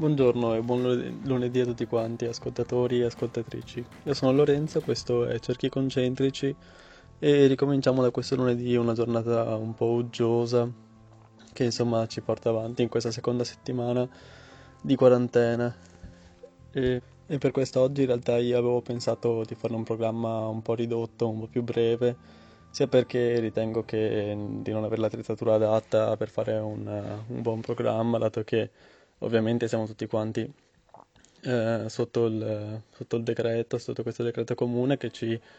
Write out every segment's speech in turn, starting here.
Buongiorno e buon lunedì a tutti quanti, ascoltatori e ascoltatrici. Io sono Lorenzo, questo è Cerchi Concentrici e ricominciamo da questo lunedì una giornata un po' uggiosa che insomma ci porta avanti in questa seconda settimana di quarantena. E per quest'oggi in realtà io avevo pensato di fare un programma un po' ridotto, un po' più breve, sia perché ritengo di non avere l'attrezzatura adatta per fare un buon programma, dato che ovviamente siamo tutti quanti sotto il decreto, sotto questo decreto comune che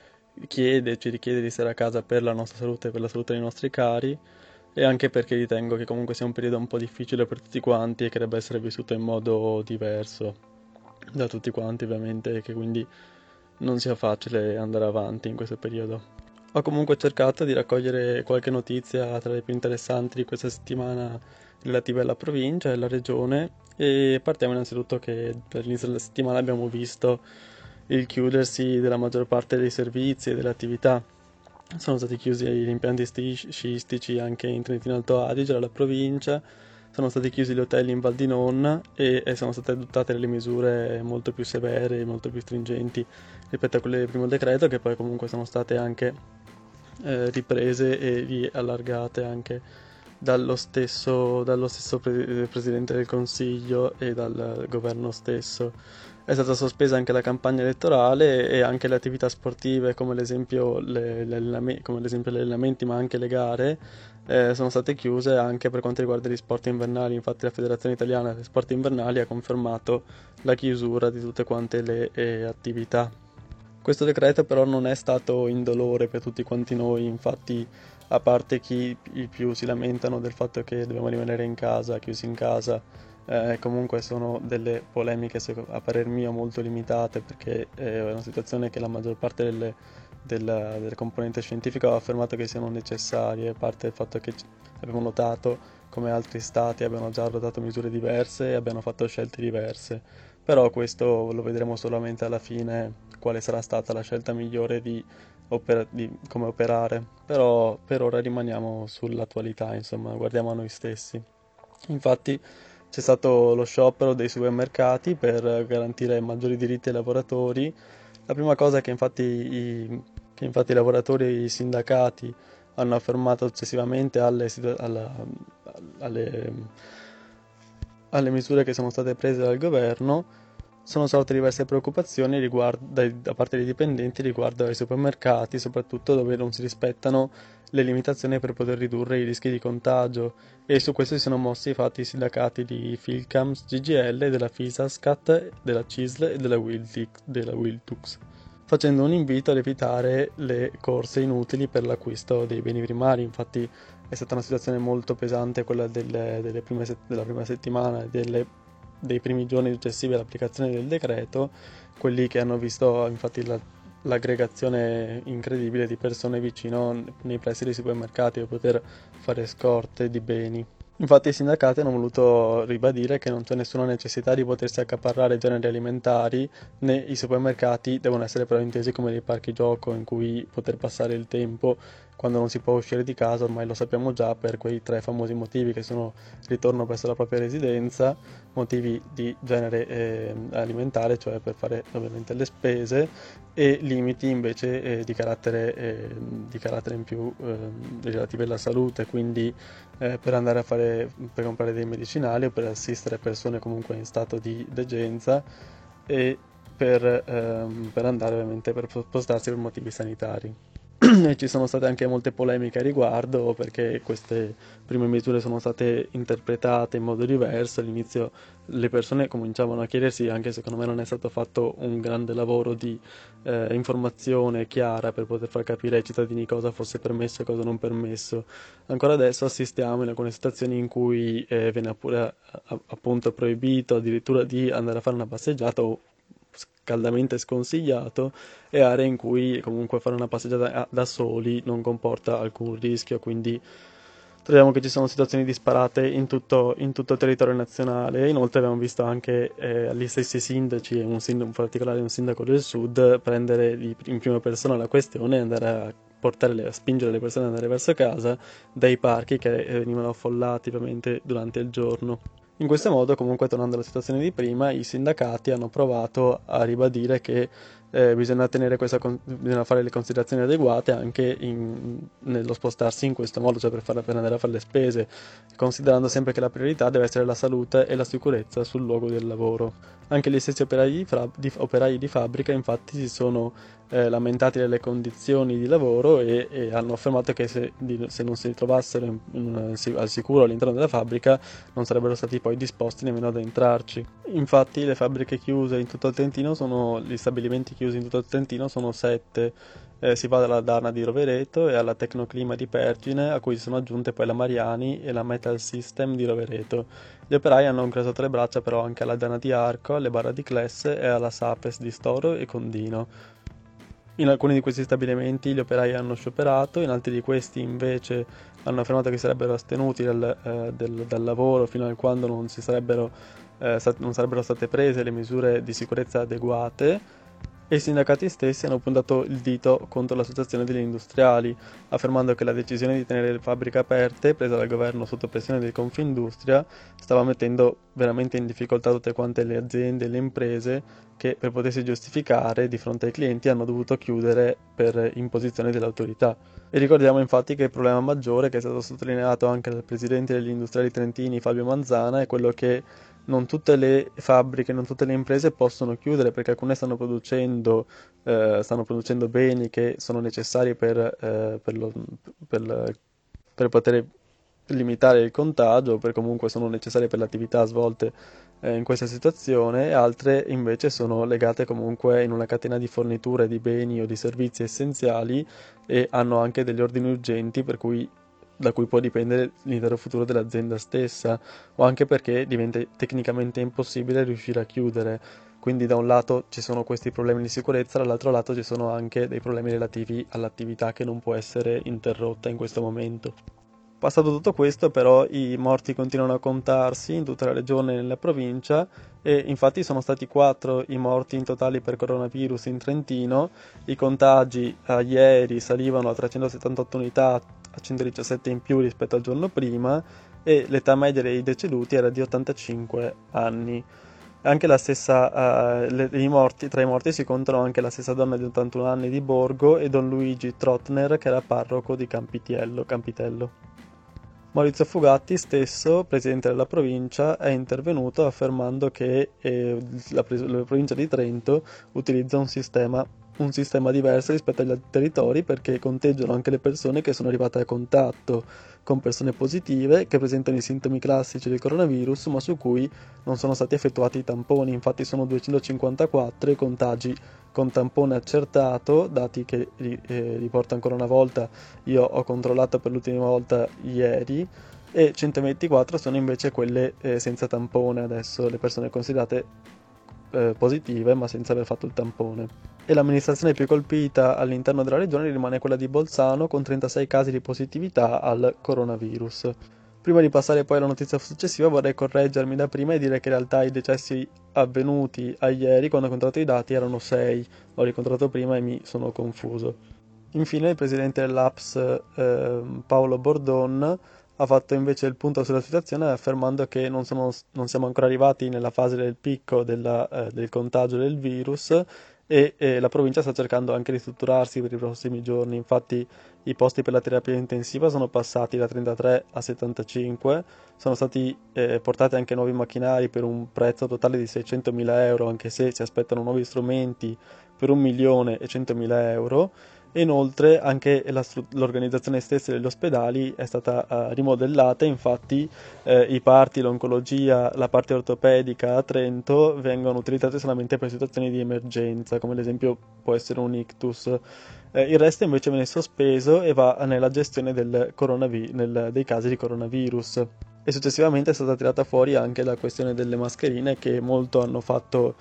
ci richiede di stare a casa per la nostra salute e per la salute dei nostri cari, e anche perché ritengo che comunque sia un periodo un po' difficile per tutti quanti e che debba essere vissuto in modo diverso da tutti quanti, ovviamente, e che quindi non sia facile andare avanti in questo periodo. Ho comunque cercato di raccogliere qualche notizia tra le più interessanti di questa settimana relative alla provincia e alla regione, e partiamo innanzitutto che per l'inizio della settimana abbiamo visto il chiudersi della maggior parte dei servizi e delle attività. Sono stati chiusi gli impianti sciistici anche in Trentino Alto Adige, dalla provincia, sono stati chiusi gli hotel in Val di Non e sono state adottate delle misure molto più severe, molto più stringenti rispetto a quelle del primo decreto, che poi comunque sono state anche riprese e riallargate anche dallo stesso Presidente del Consiglio e dal governo stesso. È stata sospesa anche la campagna elettorale e anche le attività sportive, come l'esempio come ad esempio gli allenamenti, ma anche le gare, sono state chiuse anche per quanto riguarda gli sport invernali. Infatti la Federazione Italiana degli Sport Invernali ha confermato la chiusura di tutte quante le attività. Questo decreto però non è stato indolore per tutti quanti noi, infatti a parte chi i più si lamentano del fatto che dobbiamo rimanere in casa, chiusi in casa, comunque sono delle polemiche a parer mio molto limitate, perché è una situazione che la maggior parte delle componenti scientifiche ha affermato che siano necessarie, a parte il fatto che abbiamo notato come altri stati abbiano già adottato misure diverse e abbiano fatto scelte diverse, però questo lo vedremo solamente alla fine, quale sarà stata la scelta migliore di come operare. Però per ora rimaniamo sull'attualità, insomma, guardiamo a noi stessi. Infatti c'è stato lo sciopero dei supermercati per garantire maggiori diritti ai lavoratori. La prima cosa che infatti i lavoratori e i sindacati hanno affermato successivamente alle, alle misure che sono state prese dal governo, sono sorte diverse preoccupazioni da parte dei dipendenti riguardo ai supermercati, soprattutto dove non si rispettano le limitazioni per poter ridurre i rischi di contagio, e su questo si sono mossi infatti i sindacati di Filcams, GGL, della Fisascat, della CISL e della Wiltux, facendo un invito ad evitare le corse inutili per l'acquisto dei beni primari. Infatti è stata una situazione molto pesante quella della prima settimana e dei primi giorni successivi all'applicazione del decreto, quelli che hanno visto infatti l'aggregazione incredibile di persone vicino nei pressi dei supermercati per poter fare scorte di beni. Infatti i sindacati hanno voluto ribadire che non c'è nessuna necessità di potersi accaparrare generi alimentari, né i supermercati devono essere però intesi come dei parchi gioco in cui poter passare il tempo quando non si può uscire di casa. Ormai lo sappiamo già per quei tre famosi motivi che sono ritorno presso la propria residenza, motivi di genere alimentare, cioè per fare ovviamente le spese, e limiti invece di carattere in più relativi alla salute, quindi per comprare dei medicinali o per assistere persone comunque in stato di degenza, e per andare ovviamente per spostarsi per motivi sanitari. E ci sono state anche molte polemiche a riguardo, perché queste prime misure sono state interpretate in modo diverso. All'inizio le persone cominciavano a chiedersi, anche secondo me non è stato fatto un grande lavoro di informazione chiara per poter far capire ai cittadini cosa fosse permesso e cosa non permesso. Ancora adesso assistiamo in alcune situazioni in cui viene pure appunto proibito addirittura di andare a fare una passeggiata, o caldamente sconsigliato, e aree in cui comunque fare una passeggiata da soli non comporta alcun rischio, quindi troviamo che ci sono situazioni disparate in tutto il territorio nazionale. Inoltre abbiamo visto anche gli stessi sindaci, e in particolare un sindaco del sud, prendere in prima persona la questione e andare a spingere le persone ad andare verso casa dai parchi che venivano affollati ovviamente durante il giorno. In questo modo, comunque, tornando alla situazione di prima, i sindacati hanno provato a ribadire che bisogna bisogna fare le considerazioni adeguate anche nello spostarsi in questo modo, cioè per andare a fare le spese, considerando sempre che la priorità deve essere la salute e la sicurezza sul luogo del lavoro. Anche gli stessi operai di fabbrica, infatti, si sono lamentati delle condizioni di lavoro e hanno affermato che se non si trovassero al sicuro all'interno della fabbrica non sarebbero stati poi disposti nemmeno ad entrarci. Infatti le fabbriche chiuse in tutto il Trentino gli stabilimenti chiusi in tutto il Trentino sono 7. Si va dalla Dana di Rovereto e alla Tecnoclima di Pergine, a cui si sono aggiunte poi la Mariani e la Metal System di Rovereto. Gli operai hanno incrociato le braccia però anche alla Dana di Arco, alle Barra di Clesse e alla Sapes di Storo e Condino. In alcuni di questi stabilimenti gli operai hanno scioperato, in altri di questi invece hanno affermato che sarebbero astenuti dal lavoro fino a quando non sarebbero state prese le misure di sicurezza adeguate, e i sindacati stessi hanno puntato il dito contro l'associazione degli industriali, affermando che la decisione di tenere le fabbriche aperte, presa dal governo sotto pressione di Confindustria, stava mettendo veramente in difficoltà tutte quante le aziende e le imprese che, per potersi giustificare di fronte ai clienti, hanno dovuto chiudere per imposizione delle autorità. E ricordiamo infatti che il problema maggiore, che è stato sottolineato anche dal presidente degli industriali trentini Fabio Manzana, è quello che non tutte le fabbriche, non tutte le imprese possono chiudere, perché alcune stanno producendo beni che sono necessari per poter limitare il contagio, per comunque sono necessarie per le attività svolte in questa situazione, e altre invece sono legate comunque in una catena di forniture di beni o di servizi essenziali e hanno anche degli ordini urgenti da cui può dipendere l'intero futuro dell'azienda stessa, o anche perché diventa tecnicamente impossibile riuscire a chiudere. Quindi da un lato ci sono questi problemi di sicurezza, dall'altro lato ci sono anche dei problemi relativi all'attività che non può essere interrotta in questo momento. Passato tutto questo, però, i morti continuano a contarsi in tutta la regione e nella provincia, e infatti sono stati 4 i morti in totale per coronavirus in Trentino. I contagi a ieri salivano a 378 unità, a 117 in più rispetto al giorno prima, e l'età media dei deceduti era di 85 anni. Anche la stessa, tra i morti si contano anche la stessa donna di 81 anni di Borgo e Don Luigi Trotner, che era parroco di Campitello. Maurizio Fugatti stesso, presidente della provincia, è intervenuto affermando che la provincia di Trento utilizza un sistema diverso rispetto agli altri territori, perché conteggiano anche le persone che sono arrivate a contatto con persone positive che presentano i sintomi classici del coronavirus, ma su cui non sono stati effettuati i tamponi. Infatti sono 254 i contagi con tampone accertato, dati che riporto ancora una volta, io ho controllato per l'ultima volta ieri, e 124 sono invece quelle senza tampone, adesso le persone considerate positive ma senza aver fatto il tampone. E l'amministrazione più colpita all'interno della regione rimane quella di Bolzano, con 36 casi di positività al coronavirus. Prima di passare poi alla notizia successiva, vorrei correggermi da prima e dire che in realtà i decessi avvenuti a ieri, quando ho controllato i dati, erano 6. Ho ricontrollato prima e mi sono confuso. Infine il presidente dell'APS, Paolo Bordon, ha fatto invece il punto sulla situazione, affermando che non siamo ancora arrivati nella fase del picco del contagio del virus, e la provincia sta cercando anche di strutturarsi per i prossimi giorni. Infatti i posti per la terapia intensiva sono passati da 33 a 75, sono stati portati anche nuovi macchinari per un prezzo totale di 600.000 euro, anche se si aspettano nuovi strumenti per 1.100.000 euro. E inoltre anche l'organizzazione stessa degli ospedali è stata rimodellata. Infatti i parti, l'oncologia, la parte ortopedica a Trento vengono utilizzate solamente per situazioni di emergenza, come ad esempio può essere un ictus. Il resto invece viene sospeso e va nella gestione dei casi di coronavirus. E successivamente è stata tirata fuori anche la questione delle mascherine, che molto hanno fatto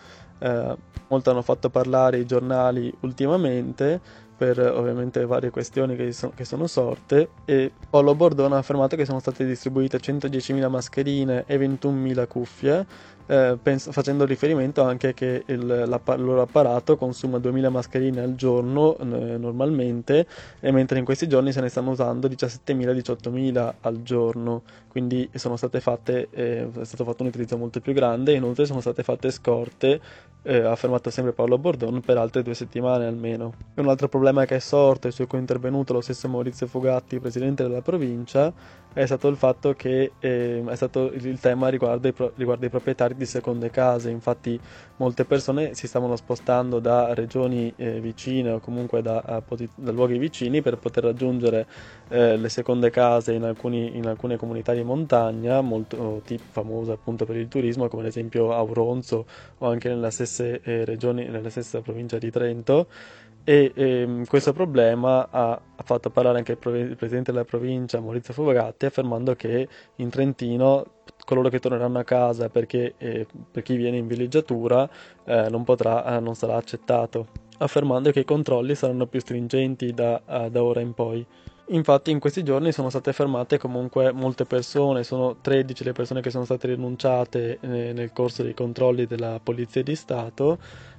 parlare i giornali ultimamente, per ovviamente varie questioni che sono sorte, e Paolo Bordone ha affermato che sono state distribuite 110.000 mascherine e 21.000 cuffie facendo riferimento anche che il loro apparato consuma 2000 mascherine al giorno normalmente, e mentre in questi giorni se ne stanno usando 17.000-18.000 al giorno, quindi è stato fatto un utilizzo molto più grande. Inoltre sono state fatte scorte, ha affermato sempre Paolo Bordon, per altre 2 settimane almeno. E un altro problema che è sorto e su cui è intervenuto lo stesso Maurizio Fugatti, presidente della provincia, è stato il fatto che è stato il tema riguarda i proprietari di seconde case. Infatti molte persone si stavano spostando da regioni vicine o comunque da luoghi vicini per poter raggiungere le seconde case in alcune comunità di montagna molto famose appunto per il turismo, come ad esempio Auronzo o anche nelle stesse regioni, nella stessa provincia di Trento. E questo problema ha fatto parlare anche il presidente della provincia, Maurizio Fugatti, affermando che in Trentino coloro che torneranno a casa perché per chi viene in villeggiatura non sarà accettato, affermando che i controlli saranno più stringenti da ora in poi. Infatti in questi giorni sono state fermate comunque molte persone, sono 13 le persone che sono state rinunciate nel corso dei controlli della Polizia di Stato,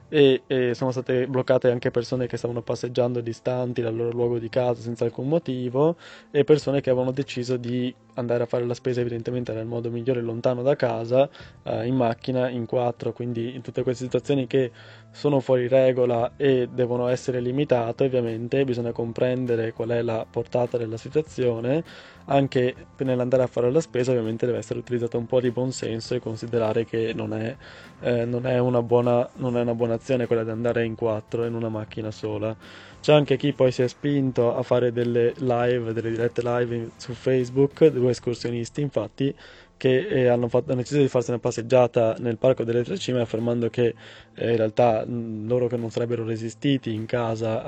e sono state bloccate anche persone che stavano passeggiando distanti dal loro luogo di casa senza alcun motivo, e persone che avevano deciso di andare a fare la spesa evidentemente nel modo migliore lontano da casa, in macchina, in quattro. Quindi in tutte queste situazioni che sono fuori regola e devono essere limitate, ovviamente bisogna comprendere qual è la portata della situazione. Anche nell'andare a fare la spesa ovviamente deve essere utilizzato un po' di buonsenso e considerare che non è non è una buona azione quella di andare in quattro in una macchina sola. C'è anche chi poi si è spinto a fare delle dirette live su Facebook, due escursionisti infatti, che hanno deciso di farsi una passeggiata nel Parco delle Tre Cime, affermando che in realtà loro che non sarebbero resistiti in casa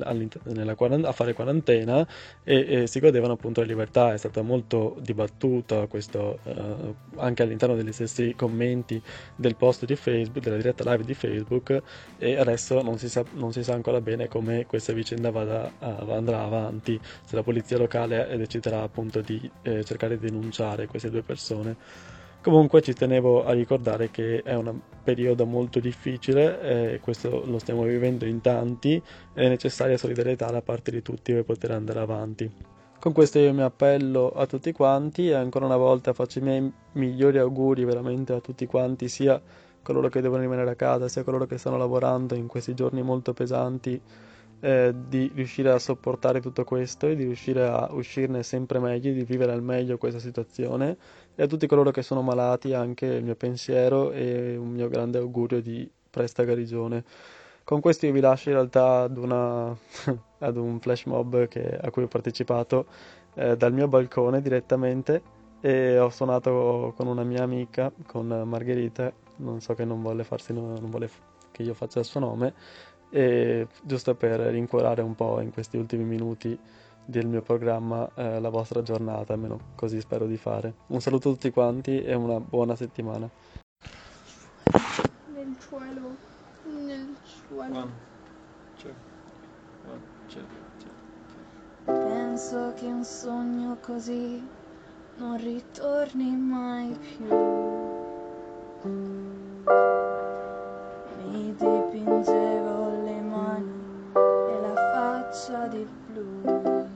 a fare quarantena, e si godevano appunto la libertà. È stata molto dibattuta questo, anche all'interno degli stessi commenti del post di Facebook, della diretta live di Facebook, e adesso non si sa ancora bene come questa vicenda andrà avanti, se la polizia locale deciderà appunto di cercare di denunciare queste due persone. Comunque ci tenevo a ricordare che è un periodo molto difficile, e questo lo stiamo vivendo in tanti, è necessaria solidarietà da parte di tutti per poter andare avanti. Con questo io mi appello a tutti quanti, e ancora una volta faccio i miei migliori auguri veramente a tutti quanti, sia coloro che devono rimanere a casa, sia coloro che stanno lavorando in questi giorni molto pesanti, di riuscire a sopportare tutto questo e di riuscire a uscirne sempre meglio, di vivere al meglio questa situazione. E a tutti coloro che sono malati anche il mio pensiero e un mio grande augurio di presta guarigione. Con questo io vi lascio in realtà ad un flash mob a cui ho partecipato dal mio balcone direttamente, e ho suonato con una mia amica, con Margherita, non so, che non vuole che io faccia il suo nome, e giusto per rincuorare un po' in questi ultimi minuti del mio programma la vostra giornata, almeno così spero di fare. Un saluto a tutti quanti e una buona settimana. Nel cielo, nel cielo. Penso che un sogno così non ritorni mai più. Mi dipingevo le mani e la faccia di blu.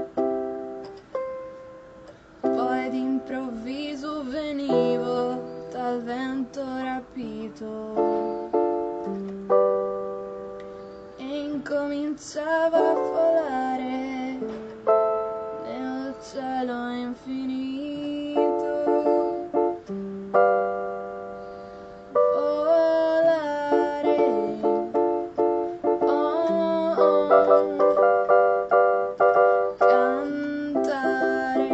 Poi d'improvviso venivo dal vento rapito e incominciava a volare nel cielo infinito. Volare, oh, oh, cantare,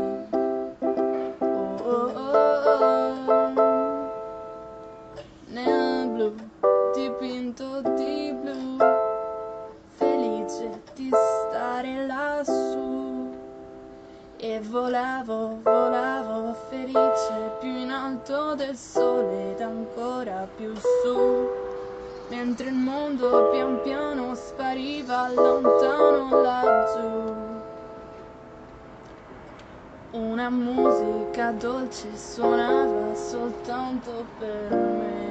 oh, oh, oh, nel blu, dipinto di blu, felice di stare lassù. E volavo, volavo felice più in alto del sole ed ancora più su, mentre il mondo pian piano spariva lontano laggiù. Una musica dolce suonava soltanto per me.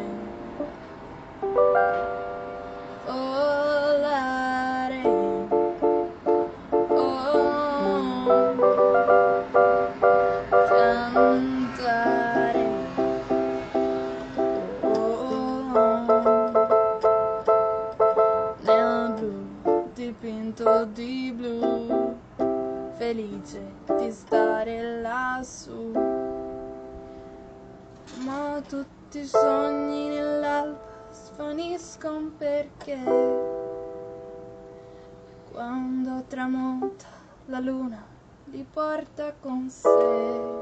Volare, oh, cantare, nel blu dipinto di blu, felice di stare lassù. Ma tutti i sogni nell'alba svaniscono perché quando tramonta la luna li porta con sé.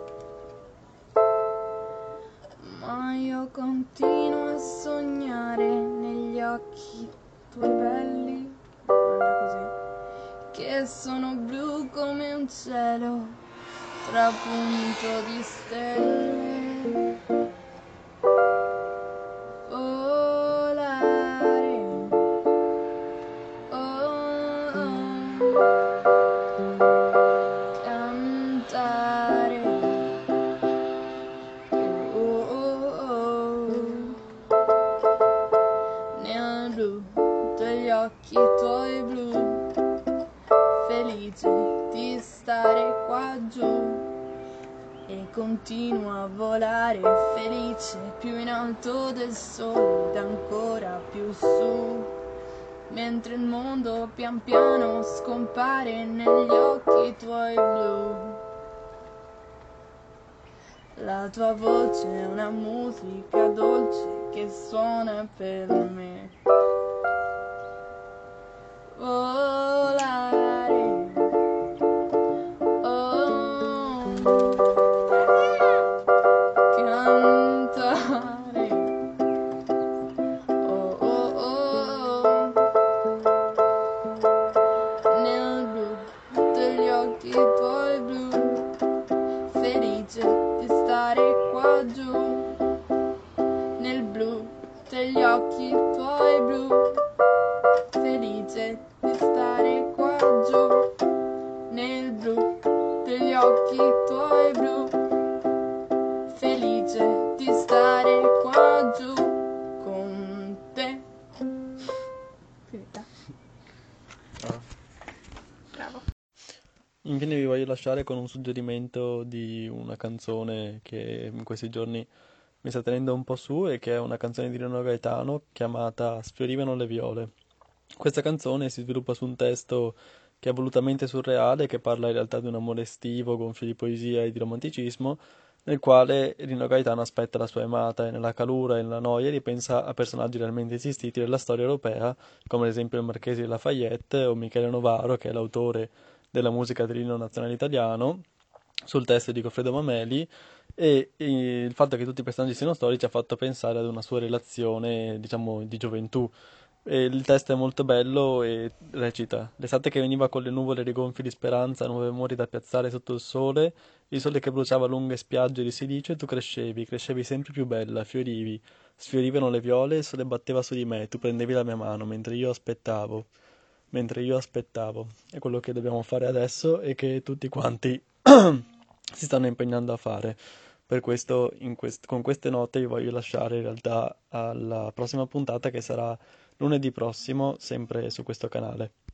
Ma io continuo a sognare negli occhi tuoi belli, che sono blu come un cielo trapunto di stelle. Volare, oh, cantare, nel blu degli occhi tuoi blu, felice di stare qua giù. E continuo a volare felice più in alto del sole ed ancora più su, mentre il mondo pian piano scompare negli occhi tuoi blu. La tua voce è una musica dolce che suona per me. Volare, oh, cantare, oh, oh, oh, nel blu degli occhi tuoi blu, felice di stare qua giù, nel blu degli occhi tuoi blu, felice di stare qua giù, nel blu degli occhi tuoi blu, felice di stare qua giù con te. Finita. Bravo. Infine vi voglio lasciare con un suggerimento di una canzone che in questi giorni mi sta tenendo un po' su e che è una canzone di Rino Gaetano chiamata Sfiorivano le viole. Questa canzone si sviluppa su un testo che è volutamente surreale, che parla in realtà di un amore estivo, gonfio di poesia e di romanticismo, nel quale Rino Gaetano aspetta la sua amata e nella calura e nella noia ripensa a personaggi realmente esistiti nella storia europea, come ad esempio il Marchese di Lafayette o Michele Novaro, che è l'autore della musica dell'inno nazionale italiano, sul testo di Goffredo Mameli, e il fatto che tutti i personaggi siano storici ha fatto pensare ad una sua relazione, diciamo, di gioventù. E il testo è molto bello e recita: l'estate che veniva con le nuvole rigonfie di speranza, nuovi amori da piazzare sotto il sole che bruciava lunghe spiagge di silicio, e tu crescevi, crescevi sempre più bella, fiorivi, sfiorivano le viole, il sole batteva su di me, tu prendevi la mia mano mentre io aspettavo. È quello che dobbiamo fare adesso e che tutti quanti si stanno impegnando a fare. Per questo, con queste note vi voglio lasciare in realtà alla prossima puntata che sarà lunedì prossimo, sempre su questo canale.